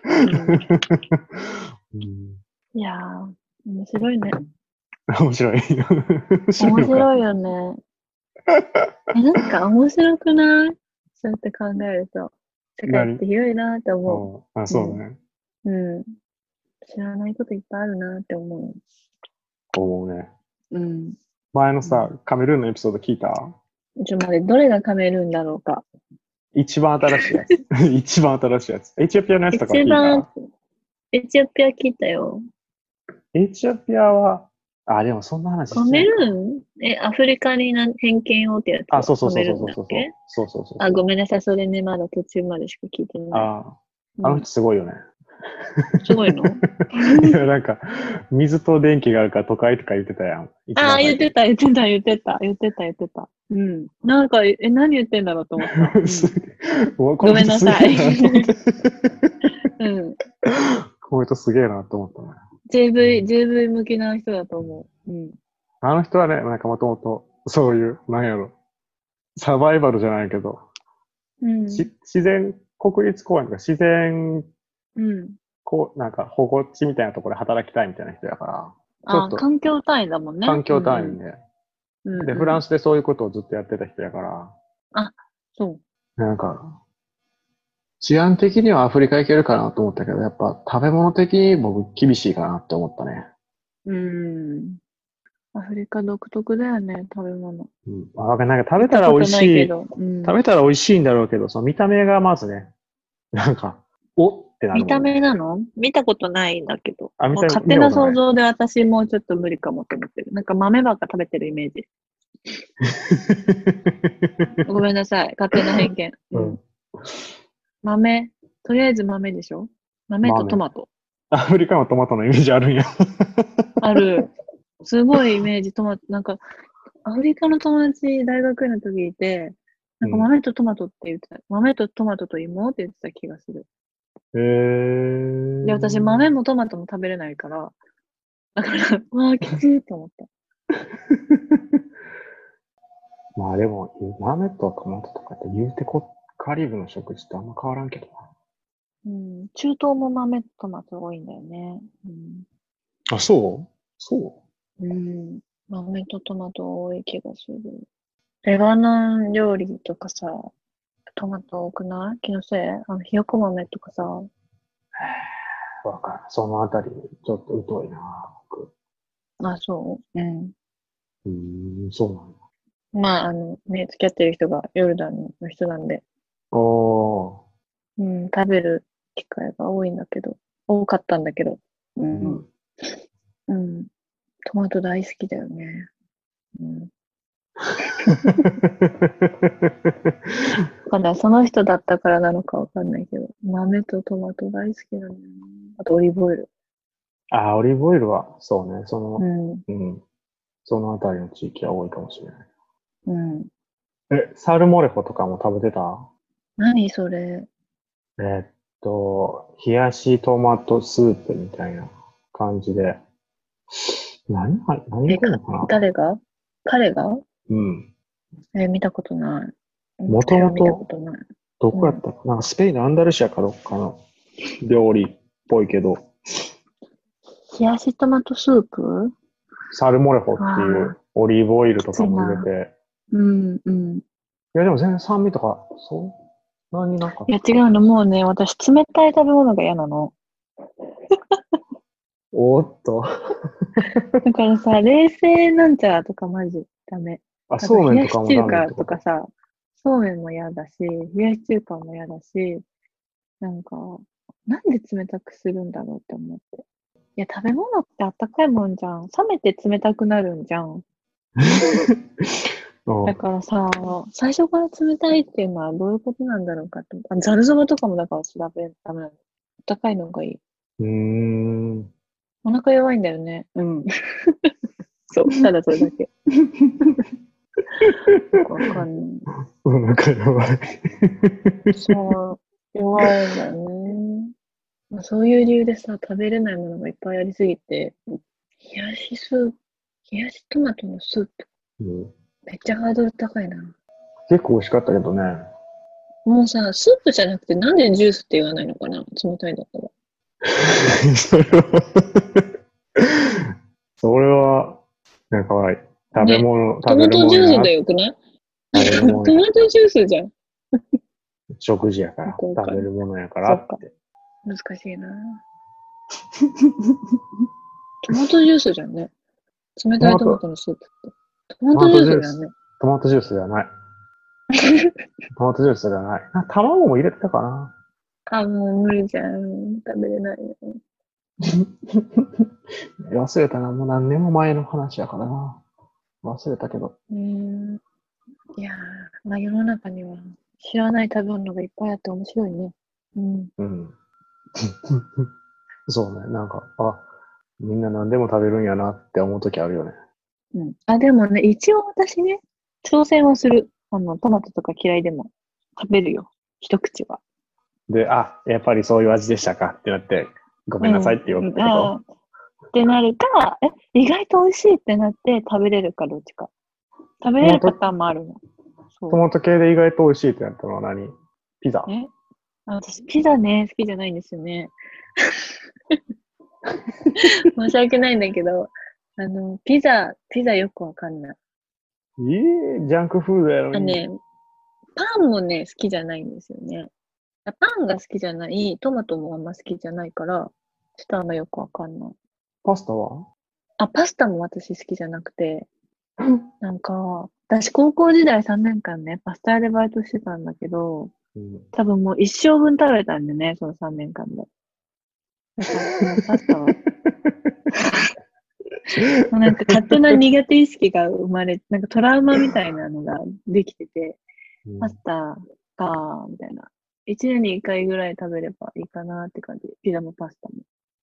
S1: うん
S2: いやー、面白いね。
S1: 面白い。面白い
S2: 面
S1: のか。
S2: 白いよね。え、なんか面白くない？そうやって考えると。世界っ
S1: 何
S2: て広いなって思
S1: おあ、
S2: う。
S1: そうね。
S2: うん。うん。知らないこといっぱいあるなって思
S1: 思うね。
S2: う。うん。
S1: 前のさ、
S2: うん、
S1: カメルーンのエピソード聞いた？
S2: ちょ、待って、どれがカメルーンだろうか。
S1: 一番新しいやつ。一番新しいやつ。エチオピアのやつとかは
S2: 一番、
S1: 聞いた？
S2: エチオピア聞いたよ。
S1: エチオピアは、あ、でもそんな話
S2: カメル
S1: してないか。
S2: ーンえ、アフリカにな偏見をってやつ
S1: あ、
S2: は
S1: そうそうそう
S2: カメルーン
S1: そうそうそう。
S2: だっけ？
S1: そうそうそう
S2: あ、ご
S1: そう。
S2: めんなさい。それね、まだ途中までしか聞いてない。
S1: ああ、あの
S2: うん。
S1: 人すごいよね。
S2: すごいの？
S1: いや、なんか、水と電気があるから都会とか言ってたやん。一
S2: ああ、
S1: 番最初に。
S2: 言ってた、言ってた、言ってた、言ってた、言ってた。うん。なんか、え、何言ってんだろうと思った。う
S1: す
S2: ん。
S1: げえ、うわこ
S2: ご
S1: の人すげ
S2: めんなさい。
S1: えなと思って。
S2: うん。
S1: この人すげえなと思ったね。
S2: ジェーブイ、
S1: うん
S2: ジェーブイ 向きな人だと思う。うん。
S1: あの人はね、なんかもともと、そういう、なんやろ、サバイバルじゃないけど、
S2: うん。
S1: し自然、国立公園とか自然、
S2: うん。
S1: こう、なんか保護地みたいなところで働きたいみたいな人やから、ちょ
S2: ああ、
S1: っと
S2: 環境単位だもんね。
S1: 環境
S2: うんうん。
S1: 単位で、で、フ
S2: うんうん。
S1: ランスでそういうことをずっとやってた人やから、
S2: あ、そう。
S1: なんか、治安的にはアフリカ行けるかなと思ったけど、やっぱ食べ物的に僕厳しいかなって思ったね。
S2: うん。アフリカ独特だよね、食べ物。
S1: うん。あ、なんか食べたら美味
S2: 行ったこと
S1: しい、
S2: ないけど。うん。
S1: 食べたら美味しいんだろうけど、その見た目がまずね、なんか、おってなる
S2: 見た
S1: もんね。
S2: 目なの？見たことないんだけど。
S1: あ、見た、
S2: もう勝手
S1: 見たことない。
S2: な想像で私もうちょっと無理かもと思ってる。なんか豆ばっか食べてるイメージ。ごめんなさい。勝手な偏見。うん。
S1: うん。
S2: 豆。とりあえず豆でしょ？豆
S1: まあね。
S2: とトマト。
S1: アフリカのトマトのイメージあるんや。
S2: ある。すごいイメージトマト。なんか、アフリカの友達、大学の時いて、なんか
S1: うん。
S2: 豆とトマトって言ってた。豆とトマトと芋って言ってた気がする。
S1: へ
S2: で、私、豆
S1: ー。
S2: もトマトも食べれないから、だから、わあ、きついと思った。
S1: まあでも、豆とトマトとかって言うてこ、カリブの食事とあんま変わらんけど
S2: うん、中東も豆とトマト多いんだよね。うん、
S1: な。あ、そうそ
S2: うん、豆とトマト多い気がする。レバノン料理とかさ、トマト多くない？気のせい？あの、ひよこ豆とかさ、
S1: うわかる。そのあたり、ちょっと疎いな、僕。
S2: あ、そううん。
S1: うーん、そうなんだ。
S2: まあ、あの、ね、付き合ってる人がヨルダンの人なんで、
S1: お
S2: うん、食べる機会が多いんだけど、多かったんだけど、う
S1: ー。う
S2: ん、
S1: ん。
S2: うん、トマト大好きだよね。うん。わかんない。その人だったからなのかわかんないけど、豆とトマト大好きなんだよね。あとオリーブオイル。
S1: あ、オリーブオイルは、そうね、そ
S2: う
S1: の、
S2: ん、
S1: うん、そのあたりの地域は多いかもしれない。
S2: うん。
S1: え、サルモレホとかも食べてた？
S2: 何それ？
S1: えーっと、冷やしトマトスープみたいな感じで。何が、何
S2: え、
S1: が来るの
S2: か、
S1: かな？
S2: 誰が？彼が？
S1: うん。
S2: え、見たことない。
S1: もと
S2: 私は見たこ
S1: もと、
S2: とない。
S1: どこや
S2: うん。
S1: ったかな、なんかスペインのアンダルシアかどっかの料理っぽいけど、
S2: 冷やしトマトスープ？
S1: サルモレホってい
S2: ああ、
S1: うオリーブオイル
S2: き
S1: とかも入れ
S2: ついな。
S1: て、
S2: うん、うん。
S1: いやでも全然酸味とか、そんなになかっ
S2: いや、
S1: たかな。
S2: 違うの。もうね、私、冷たい食べ物が嫌なの。
S1: おーっと。
S2: だからさ、冷製なんちゃらとかマジダメ。
S1: あ、
S2: あと、
S1: そうめんと
S2: 冷やし
S1: かもダメっ
S2: 中華
S1: てこと？
S2: とかさ、そうめんも嫌だし、冷やし中華も嫌だし、なんか、なんで冷たくするんだろうって思って。いや、食べ物ってあったかいもんじゃん。冷めて冷たくなるんじゃん。
S1: うん。
S2: だからさ、最初から冷たいっていうのはどういうことなんだろうかと。あ、ざるそばとかもだから調べダメなの。あったかいのがいい。
S1: うーん。
S2: お腹弱いんだよね。うん。そう。ただそれだけ。よくわかんない。
S1: お腹弱い。
S2: そう、弱いんだよね。まあ、そういう理由でさ、食べれないものがいっぱいありすぎて、冷やしスープ、冷やしトマトのスープ、
S1: うん、
S2: めっちゃハードル高いな。
S1: 結構美味しかったけどね。
S2: もうさ、スープじゃなくてなんでジュースって言わないのかな、冷たいだから。
S1: それはそれは、なんかまあ食べ
S2: ね。
S1: 物、
S2: ト
S1: 食べる
S2: マトジュース
S1: もんやな。
S2: でよくない？
S1: 食べるもんや。
S2: トマトジュースじゃん。
S1: 食事やから。
S2: よくわかる。
S1: 食べるものやから
S2: そっか。
S1: って。
S2: 難しいな。トマトジュースじゃんね。冷たいトマ
S1: トマト、
S2: トのスープって。トマ
S1: ト
S2: ト
S1: マトジュース。
S2: ジュースじゃんね。
S1: トマトジュースじゃない。トマトジュースじゃない。な卵も入れてたかな。
S2: あ、もう無理じゃん。食べれないよ。
S1: 忘れたな。もう何年も前の話やからな。忘れたけど。
S2: うーん。いやー、まあ世の中には知らない食べ物がいっぱいあって面白いね。うん。
S1: うん。そうね。なんか、あ、みんな何でも食べるんやなって思うときあるよね。
S2: うん。あ、でもね、一応私ね、挑戦はする。あの、トマトとか嫌いでも食べるよ。一口は。
S1: で、あ、やっぱりそういう味でしたかってなって、ごめんなさいって言おうっ
S2: うん。
S1: てこと。
S2: ああ、ってなるか、え、意外と美味しいってなって食べれるかどっちか。食べ
S1: トマト、
S2: れるパターンもあるの。そ
S1: トマト系で意外と美味しいってなったのは何？ピザ。
S2: う。えあ私、ピザね、好きじゃないんですよね。申し訳ないんだけど、あの、ピザ、ピザよくわかんない。
S1: ええジャンクフードやのに。
S2: あね、パンもね、好きじゃないんですよね。あパンが好きじゃない、トマトもあんま好きじゃないから、ちょっとあんまよくわかんない。
S1: パスタは？
S2: あ、パスタも私好きじゃなくて、なんか、私高校時代さんねんかんね、パスタ屋でバイトしてたんだけど、
S1: うん、
S2: 多分もう一生分食べたんでね、そのさんねんかんで。だからもうパスタは、もうなんか勝手な苦手意識が生まれ、なんかトラウマみたいなのができてて、パスタか、みたいな。一年に一回ぐらい食べればいいかなって感じ。ピザもパスタも。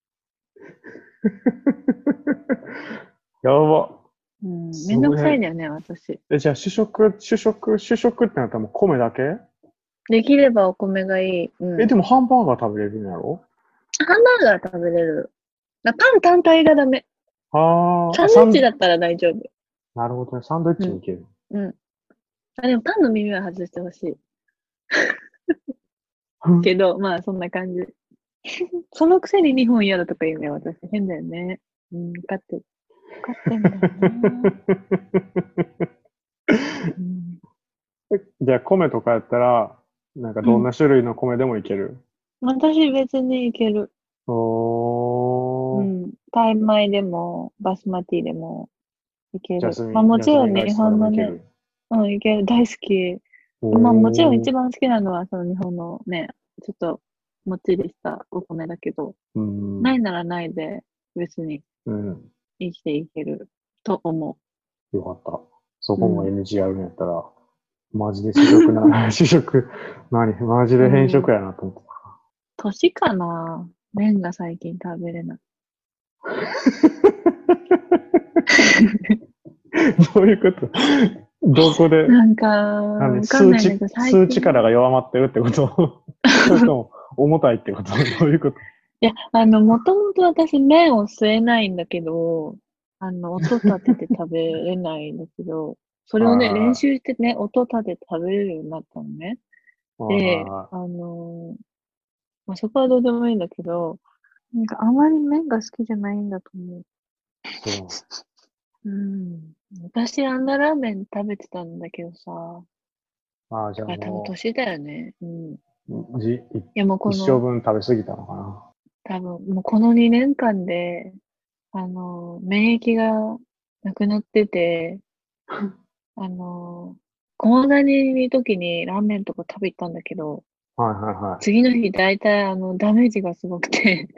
S1: やば。
S2: うん、めんどくさいん
S1: すごい。
S2: だよね、私。
S1: え、じゃあ主食、主食、主食ってなったらもう米だけ？
S2: できればお米がいい。う
S1: え、
S2: ん。
S1: でもハンバーガー食べれるんやろ？
S2: ハンバーガー食べれる。あパン単体がダメ。
S1: あーあ、
S2: サンドイ
S1: サン、
S2: ッチだったら大丈夫。
S1: なるほどね。サンドイッ
S2: うん。
S1: チもいける。
S2: うん。あ、でもパンの耳は外してほしい。けど、まあそんな感じ。そのくせに日本嫌だとか言うね、私。変だよね。うん、分かってる。分かってんだよな。うん。
S1: じゃあ米とかやったら、なんか
S2: うん。
S1: どんな種類の米でもいける？
S2: 私別にいける。う
S1: おー。
S2: ん。タイ米でも、バスマティでもいける。まあ
S1: ジャスミン、ジャス
S2: もちろん日
S1: ミンライスとかで
S2: 本のね、
S1: もいける？
S2: うん、いける。大好き。まあもちろん
S1: おー。
S2: 一番好きなのはその日本のね、ちょっともっちりしたお米だけど、
S1: うん。
S2: ないならないで別に
S1: うん。
S2: 生きていけると思
S1: よかった。そ
S2: う。う
S1: こも
S2: ん。
S1: エヌジー あるんやったら、マジで主食な、主食、何マジで変
S2: うん。
S1: 色やなと思っ
S2: 年かな。麺が最近食べれない。
S1: た。どういうこと？どこで、
S2: なんか、わかん
S1: 何数値、
S2: ないんだけど、最近、
S1: 数値からが弱まってるってこと？それとも重たいってこと？どういうこと？
S2: いや、あの、もともと私麺を吸えないんだけど、あの、音立てて食べれないんだけど、それをね、練
S1: は
S2: 習してね、音立てて食べれるようになったのね。
S1: いはい
S2: で、
S1: は
S2: あのまあ、そこはどうでもいいんだけど、なんかあまり麺が好きじゃないんだと思う。
S1: い。そ
S2: うん。私あんなラーメン食べてたんだけどさ、
S1: う。ああ、じゃあ
S2: だから多分
S1: も
S2: 年だよね。うん。い
S1: う、じ、い
S2: やもう
S1: 一生
S2: この、
S1: 分食べ過ぎたのかな。
S2: 多分もうこのにねんかんで、あの、免疫がなくなってて、あの、こんなに時にラーメンとか食べ行ったんだけど、
S1: はいはいはい。
S2: 次の日大体あの、ダメージがすごくて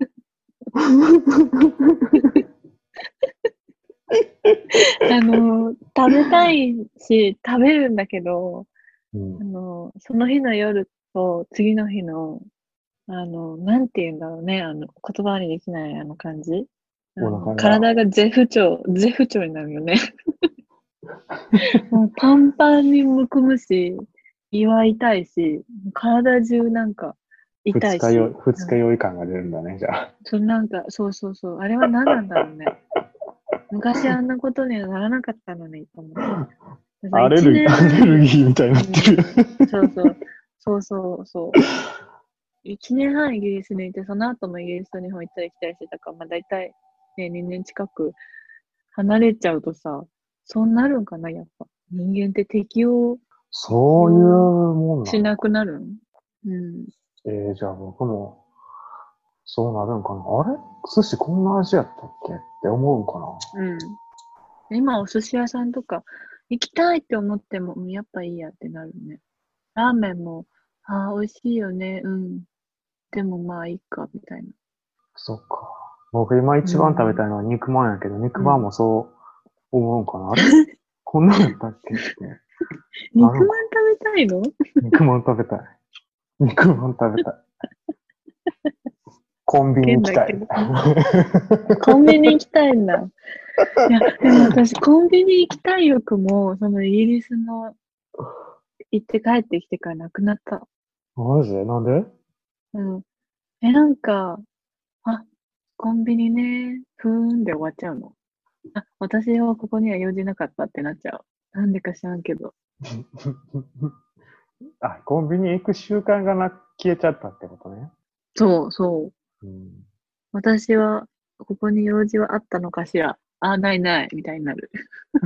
S2: あの、食べたいし、食べるんだけど、
S1: うん、
S2: あの、その日の夜と次の日の、あの、なんて言うんだろうね、あの、言葉にできないあの感じ。あ
S1: お
S2: の、
S1: 腹が。
S2: 体が絶不調、絶不調になるよね。もうパンパンにむくむし、胃は痛いし、体中なんか痛
S1: 二日酔い、
S2: いし、
S1: 二日
S2: なん
S1: 酔い感が出るんだね、じゃあ。
S2: そなんか、そうそうそう、あれは何なんだろうね。昔あんなことにはならなかったのにと思って。
S1: アレルギー、アレルギーみたいになってる。
S2: うん、そうそう。そうそうそう。一年半イギリスにいて、その後もイギリスと日本行ったり来たりしてたから、まあ大体、ね、にねん近く離れちゃうとさ、そうなるんかな、やっぱ。人間って適応
S1: そういうもんな
S2: しな
S1: のか。
S2: くなるん。うん。
S1: えー、じゃあ僕もそうなるんかな。あれ寿司こんな味やったっけって思うんかな。
S2: うん。今お寿司屋さんとか行きたいって思っても、うん、やっぱいいやってなるね。ラーメンも、ああ、美味しいよね。うん。でもまあいいか、みたいな。
S1: そっか。僕今
S2: う
S1: 一番食べた
S2: ん。
S1: いのは肉まんやけど、肉
S2: うん。
S1: まんもそう思うんかな。あれこんなんやったっけってなるんか。
S2: 肉まん食べたいの？
S1: 肉まん食べたい。肉まん食べたい。コンビニ行きたい。
S2: けんだけど。コンビニ行きたいんだ。いや、でも私、コンビニ行きたい欲も、そのイギリスの行って帰ってきてからなくなった。
S1: マジでなんで？
S2: うん。え、なんか、あ、コンビニね、ふーんで終わっちゃうの。あ、私はここには用事なかったってなっちゃう。なんでか知らんけど。
S1: あ、コンビニ行く習慣がな、消えちゃったってことね。
S2: そうそう。
S1: うん。私
S2: 私は、ここに用事はあったのかしら。あ、ないない、みたいになる。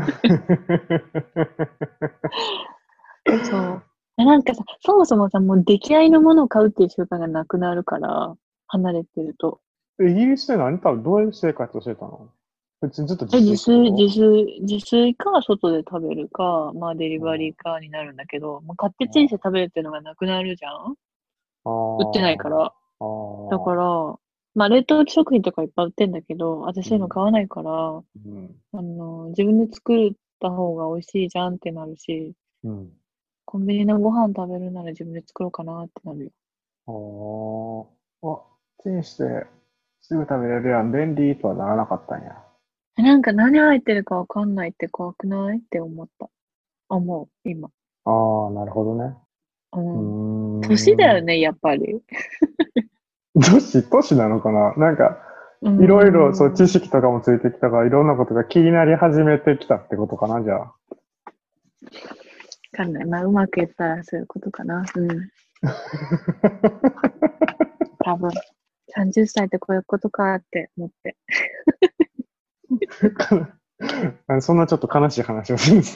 S2: そう。えなんかさ、そもそもさ、もう出来合いのものを買うっていう習慣がなくなるから、離れてると。
S1: イギリスで何食べ、どういう生活をしてたの？別にずっと自
S2: え、自
S1: 炊ってこ
S2: 炊、自
S1: と？
S2: 炊、自炊か、外で食べるか、まあデリバリー
S1: う
S2: かになるんだけど、もう買ってチンして食べるっていうのがなくなるじゃん。
S1: ん。
S2: 売ってないか
S1: あ
S2: ら。
S1: あ、あ
S2: だか
S1: あ、
S2: ら、まあ冷凍食品とかいっぱい売ってんだけど、私そういうの
S1: うん、
S2: 買わないから、あ
S1: うん、
S2: の、自分で作った方が美味しいじゃんってなるし、
S1: うん。
S2: コンビニのご飯食べるなら自分で作ろうかなってなるよ。
S1: ああ、あ、チンしてすぐ食べれるやん、便利とはならなかったんや。
S2: えなんか何入ってるかわかんないって怖くないって思った。思う、今。
S1: ああ、なるほどね。
S2: う
S1: うー
S2: ん。年だよ
S1: ん。
S2: ね、やっぱり。
S1: 都市、都市なのかななんか、
S2: うー
S1: いろいろ、そう、知
S2: ん。わ
S1: 識とかもついてきたから、いろんなことが気になり始めてきたってことかな、じゃあ。
S2: かんない。まあ、うまく言ったらそういうことかな。うん。多分。さんじゅっさいってこういうことかって思って。
S1: あそんなちょっと悲しい話をするんです。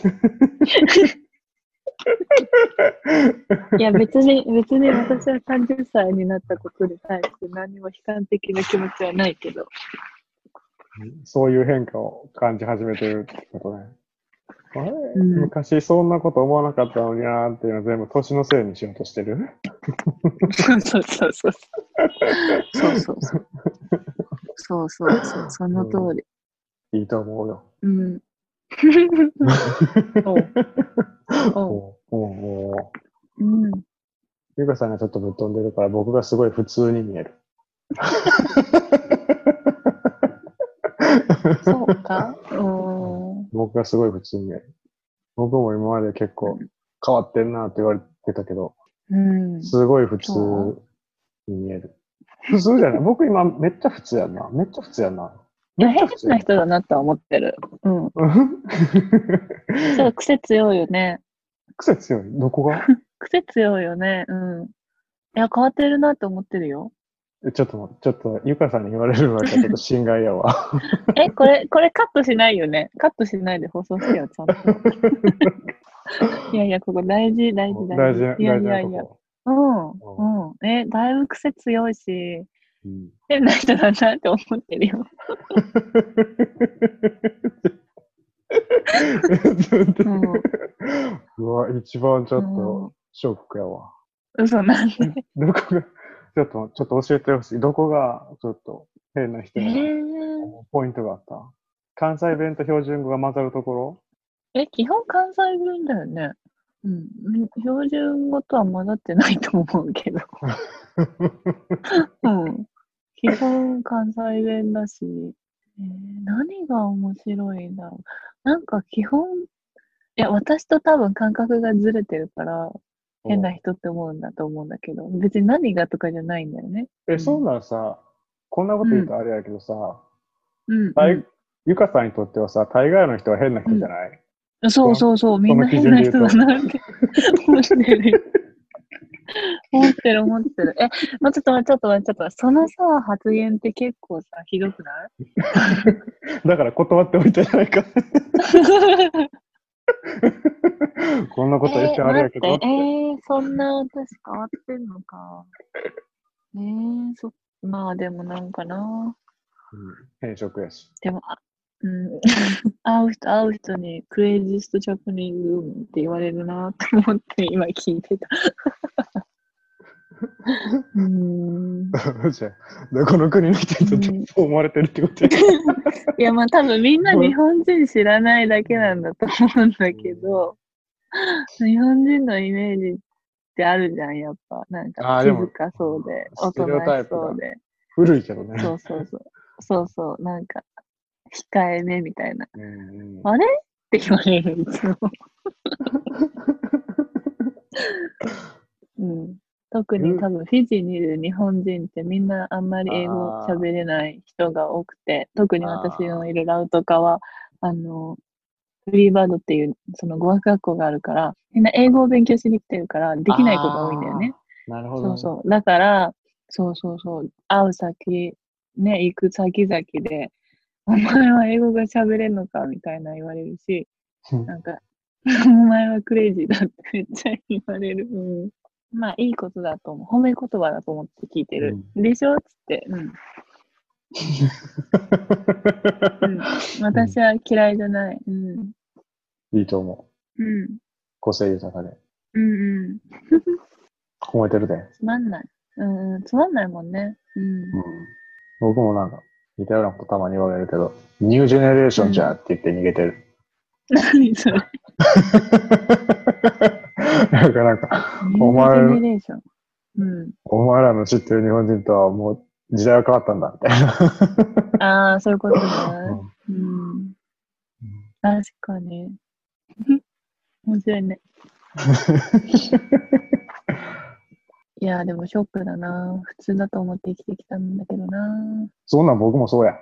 S2: いや、別に、別に私はさんじゅっさいになったことに対して何も悲観的な気持ちはないけど。
S1: そういう変化を感じ始めてるってことね。あれ
S2: うん。
S1: 昔そんなこと思わなかったのになーっていうのは全部年のせいにしようとしてる？
S2: そうそうそうそう。そうそうそう。そうそうそう。その通
S1: うん、
S2: り。
S1: いいと思うよ。
S2: うん。おう、おう。
S1: おうおうおう。
S2: うん。
S1: ゆかさんがちょっとぶっ飛んでるから僕がすごい普通に見える。
S2: そうかうーん。
S1: 僕がすごい普通に見える。僕も今まで結構変わってんなって言われてたけど、
S2: うん。
S1: すごい普通
S2: そ
S1: に見える。普通じゃない。僕今めっちゃ普通やんな。めっちゃ普通やんな。
S2: う。いや、変
S1: めっちゃ普通やん。
S2: な人だなとは思ってる。うん。
S1: うん。
S2: ちょっと癖強いよね。
S1: 癖強い。どこが？
S2: 癖強いよね。うん。いや、変わってるなって思ってるよ。
S1: えちょっと待って、ちょっと、ゆかさんに言われるのだけはちょっと心外やわ。
S2: え、これ、これカットしないよね。カットしないで放送してよ、ちゃんと。いやいや、ここ大事、大事、大事。
S1: 大事な、
S2: いや
S1: 大事
S2: いやいや。
S1: なとこ。
S2: うん、
S1: う
S2: うん。え、だいぶ癖強いし、
S1: ん。
S2: 変な人だなって思ってるよ。うん、
S1: うわ、一番ちょ
S2: う
S1: っと
S2: ん。
S1: ショックやわ。
S2: 嘘なんで。
S1: どこが、ちょっと、ちょっと教えてほしい。どこがちょっと変な人
S2: え
S1: やな。
S2: ー、
S1: ポイントがあった。関西弁と標準語が混ざるところ？
S2: え、基本関西弁だよね。うん。標準語とは混ざってないと思うけど。うん。基本関西弁だし、えー何が面白いんだろう。なんか基本、いや、私と多分感覚がずれてるから、変な人って思うんだと思うんだけど、別に何がとかじゃないんだよね。
S1: え、
S2: うん。
S1: そんなんさ、こんなこと
S2: うん。
S1: 言うとあれやけどさ、
S2: うん。うん。
S1: 大ゆかさんにとってはさ、大概の人は変な
S2: うん。
S1: 人じゃない？
S2: そうそうそう、みんな
S1: その基
S2: 変な人
S1: 準で言うと。
S2: だなって思ってる。思ってる思ってる。え、もうちょっと待って、ちょっと待って、ちょっと待って。そのさ、発言って結構さ、ひどくない？
S1: だから断っておいたじゃないか。こんなこと言っ
S2: えー、
S1: てあれ
S2: 待って、
S1: やけどって。
S2: えー、そんな私変わってんのか。えー、そ、まあでもなんかな。
S1: うん、変色やし。
S2: でも、あ、うん、会う人会う人にクレイジストジャパニーズウーマンって言われるなって思って今聞いてた。うーん。
S1: じゃあ、この国の人にとって
S2: うん、
S1: そう思われてるってことや。
S2: いや、まあ多分みんな日本人知らないだけなん
S1: うん
S2: だと思うんだけど、日本人のイメージってあるじゃん、やっぱ。なんか
S1: ああ、でも、
S2: 静かそうで、お
S1: ステレオ
S2: となし
S1: タイプが
S2: そうで。
S1: 古いけどね。
S2: そうそうそう。そうそう、なんか控えめみたいな。
S1: うんうん、
S2: あれって言われる、いつも。うん。特に
S1: う
S2: 多分フィジーにいる日本人ってみんなあんまり英語
S1: あ
S2: 喋れない人が多くて、特に
S1: あ、
S2: 私の
S1: あ
S2: いるラウとかは、あの、フリーバードっていうその語学学校があるから、みんな英語を勉強しに来てるから、できない子が多いんだよね。
S1: あ、なるほどね。
S2: そうそう。だから、そうそうそう。会う先、ね、行く先々で、お前は英語が喋れんのかみたいな言われるし、なんか、お前はクレイジーだってめっちゃ言われる。うん。まあ、いいことだと思う。褒め言葉だと思って聞いてる。
S1: うん、
S2: でしょつって。うん。うん。私は嫌いじゃない。うん。
S1: いいと思う。
S2: うん。
S1: 個性豊かで。
S2: うんうん。
S1: 褒めてるで。
S2: つまんない。うんうん。つまんないもんね。うん。
S1: うん。僕もなんか、似たようなことたまに言われるけど、ニュージェネレーションじゃ
S2: うん。
S1: って言って逃げてる。
S2: 何それ。
S1: なんかなんか、
S2: ニ
S1: お前、
S2: ュージェネレーション。うん。
S1: お前らの知ってる日本人とはもう時代は変わったんだ、みたいな。
S2: ああ、そういうことね。
S1: うん
S2: うん。確かに。面白いね。いやー、でもショックだな。普通だと思って生きてきたんだけどな。
S1: そんなん僕もそうや。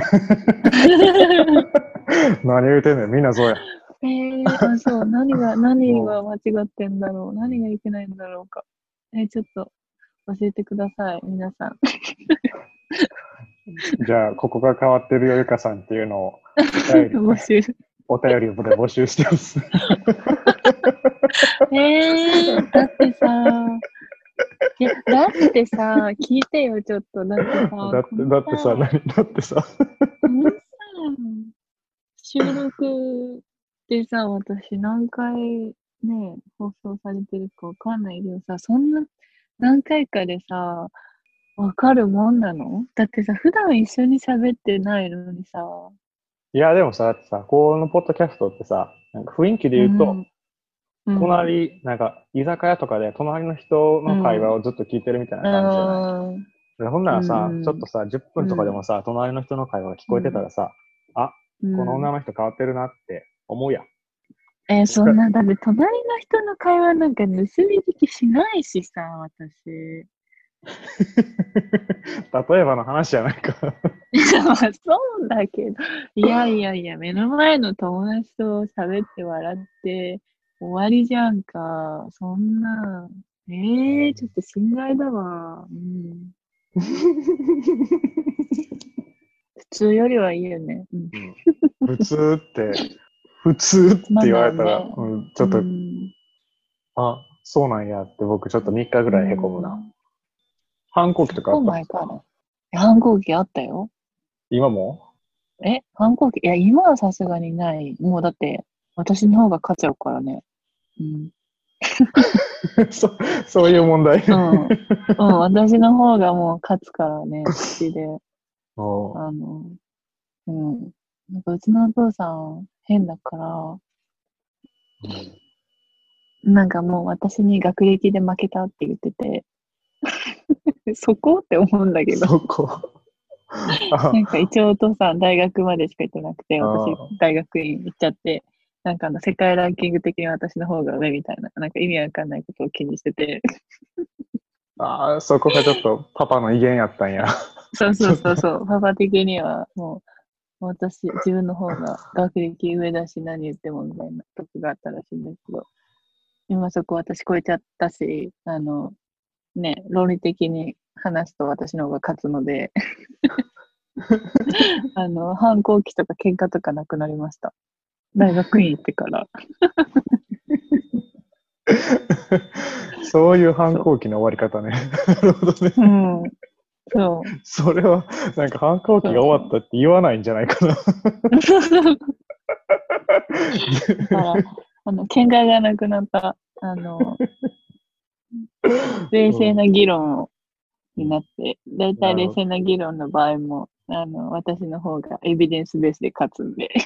S1: 何言うてんねん、みんなそうや。
S2: えー、あ、そう、何が、何
S1: も
S2: が間違ってんだろう。何がいけないんだろうか。えー、ちょっと教えてください、皆さん。
S1: うじゃあ、ここが変わってるよゆかさんっていうのをお便り、
S2: 募集。
S1: お便りで募集してます。
S2: えー、だってさ、いや、だってさ、聞いてよ、ちょっと。だってさ、
S1: だって、
S2: この
S1: だってさ、
S2: さ、
S1: 何だってさ、
S2: このさ、収録でさ、私何回ね、放送されてるかわかんないけどさ、そんな何回かでさ、わかるもんなの？だってさ、普段一緒に喋ってないのにさ、
S1: いや、でもさ、だってさ、このポッドキャストってさ、なんか雰囲気で言うと、
S2: うん、うん、
S1: 隣、なんか、居酒屋とかで隣の人の会
S2: うん、
S1: 話をずっと聞いてるみたいな感じじゃない？
S2: あー、
S1: でほんな
S2: う
S1: らさ、ちょっ
S2: ん、
S1: とさ、じゅっぷんと
S2: うん、
S1: かでもさ、隣の人の会話が聞こえてた
S2: うん、
S1: らさ、あ、
S2: うん。
S1: この女の人変わってるなって思うやん。
S2: えーそんな、だって隣の人の会話なんか盗み聞きしないしさ、私。
S1: 例えばの話じゃないか。
S2: いや、まあそうだけど、いやいやいや、目の前の友達と喋って笑って終わりじゃんか。そんな、ええー、ちょっと心外だわ。うん。普通よりはいいよね。うん。
S1: うん、普通って、普通って
S2: つまん
S1: 言われたら、
S2: ないよね。
S1: うん、ち
S2: う
S1: ょっと、
S2: ん。
S1: あ、そうなんやって僕ちょっとみっかぐ
S2: う
S1: らいへこむな。
S2: ん。
S1: 反抗期とかあ
S2: 結構
S1: った？
S2: 前から。反抗期あったよ。
S1: 今も？
S2: え、反抗期いや、今はさすがにない。もうだって、私の方が勝っちゃうからね。うん。
S1: そ、そういう問題。
S2: うん。うん、私の方がもう勝つからね、好きで。
S1: お
S2: あの、うん。なんかうちのお父さん変だから、なんかもう私に学歴で負けたって言ってて、そこって思うんだけど。
S1: そこ。あ
S2: なんか一応お父さん大学までしか行ってなくて、私
S1: あ、
S2: 大学院行っちゃって、なんかあの世界ランキング的に私の方が上みたいな、なんか意味わかんないことを気にしてて。
S1: ああ、そこがちょっとパパの威厳やったんや。
S2: そうそう
S1: ちょっと、
S2: そうそう、パパ的にはもう、 私、自分の方が学歴上だし何言ってもみたいなとこがあったらしいんですけど、今そこ私超えちゃったし、あの、ね、論理的に話すと私の方が勝つので、あの、反抗期とか喧嘩とかなくなりました。大学院行ってから。
S1: そういう反抗期の終わり方ね。なるほどね。
S2: うん。そう。
S1: それは、なんか反抗期が終わったって言わないんじゃないかな。
S2: だから、あの、喧嘩がなくなった、あの、冷静な議論をになって、だいたい冷静な議論の場合も、あの、私の方がエビデンスベースで勝つんで。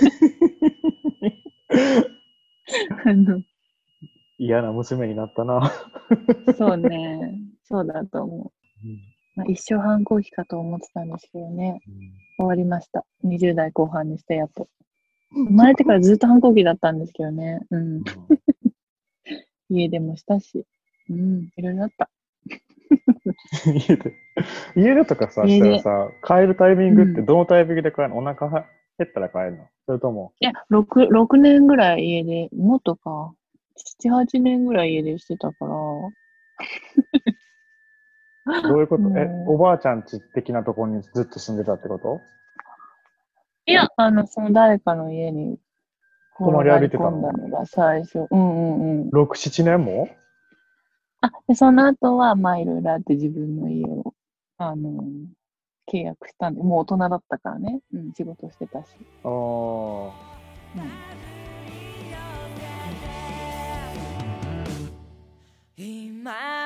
S2: あの
S1: 嫌な娘になったな。
S2: そうね、そうだと思う。まあ、一生反抗期かと思ってたんですけどね、終わりました。にじゅう代後半にしてやっと。生まれてからずっと反抗期だったんですけどね。うん。家でもしたし、うん、いろいろあった。
S1: 家で。家でとかさ、
S2: 家で
S1: したらさ、帰るタイミングってどのタイミングで帰るの、お腹は減ったら帰るのそれとも。
S2: いや、6、六年ぐらい家で、もっとか、なな、はちねんぐらい家でしてたから。
S1: どういうことえ、
S2: も
S1: おばあちゃんち的なところにずっと住んでたってこと
S2: ういや、あの、その誰かの家に
S1: 泊まり歩
S2: 転がり
S1: いてたの
S2: 込んだのが最初。うんうんうん。
S1: ろく、ななねんも
S2: あ、で、その後は、まあ、いろいろあって自分の家を、あの、契約したんで、もう大人だったからね。うん、仕事してたし。
S1: ああ。
S2: うん。
S3: 今